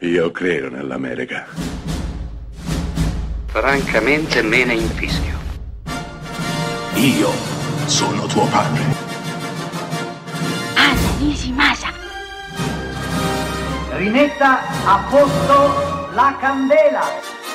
Io credo nell'America. Francamente me ne infischio. Io sono tuo padre. Anna Nishimasa. Rimetta a posto la candela.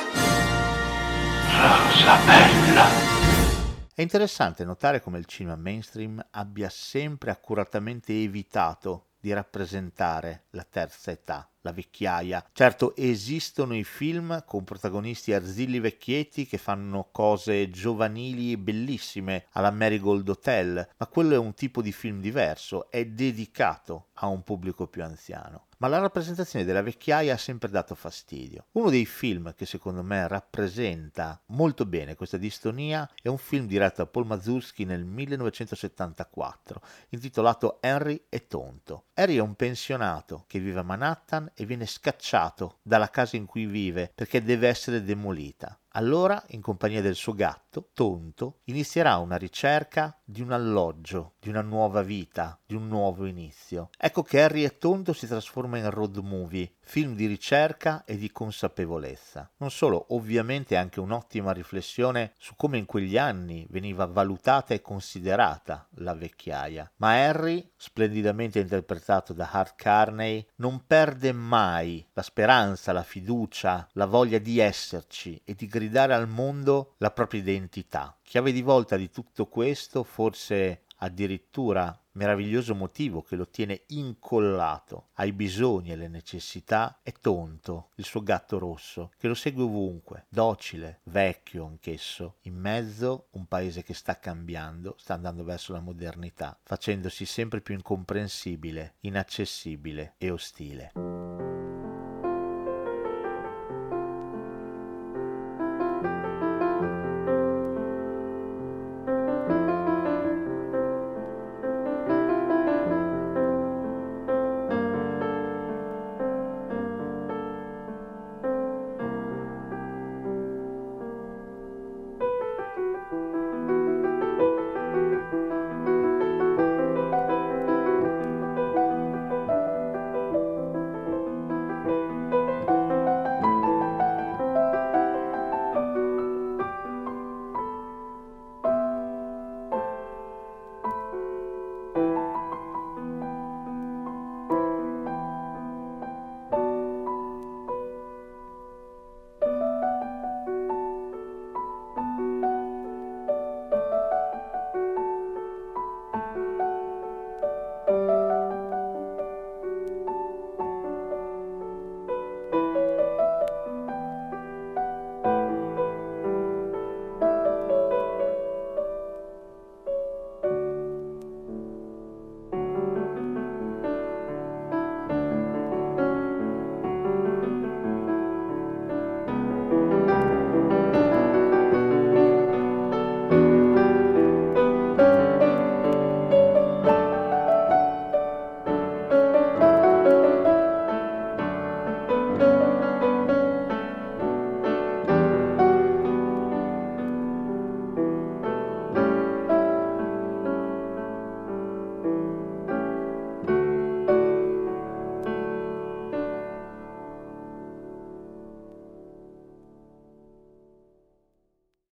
Rosa bella. È interessante notare come il cinema mainstream abbia sempre accuratamente evitato di rappresentare la terza età, la vecchiaia. Certo, esistono i film con protagonisti arzilli vecchietti che fanno cose giovanili e bellissime alla Marigold Hotel, ma quello è un tipo di film diverso, è dedicato a un pubblico più anziano. Ma la rappresentazione della vecchiaia ha sempre dato fastidio. Uno dei film che secondo me rappresenta molto bene questa distonia è un film diretto da Paul Mazursky nel 1974, intitolato Henry e Tonto. Harry è un pensionato che vive a Manhattan e viene scacciato dalla casa in cui vive perché deve essere demolita. Allora, in compagnia del suo gatto, Tonto, inizierà una ricerca di un alloggio, di una nuova vita, di un nuovo inizio. Ecco che Harry e Tonto si trasforma in road movie, film di ricerca e di consapevolezza. Non solo, ovviamente anche un'ottima riflessione su come in quegli anni veniva valutata e considerata la vecchiaia. Ma Harry, splendidamente interpretato da Hart Carney, non perde mai la speranza, la fiducia, la voglia di esserci e di gridare al mondo la propria identità. Chiave di volta di tutto questo, forse addirittura meraviglioso motivo che lo tiene incollato ai bisogni e alle necessità, è Tonto, il suo gatto rosso, che lo segue ovunque, docile, vecchio anch'esso, in mezzo un paese che sta cambiando, sta andando verso la modernità, facendosi sempre più incomprensibile, inaccessibile e ostile.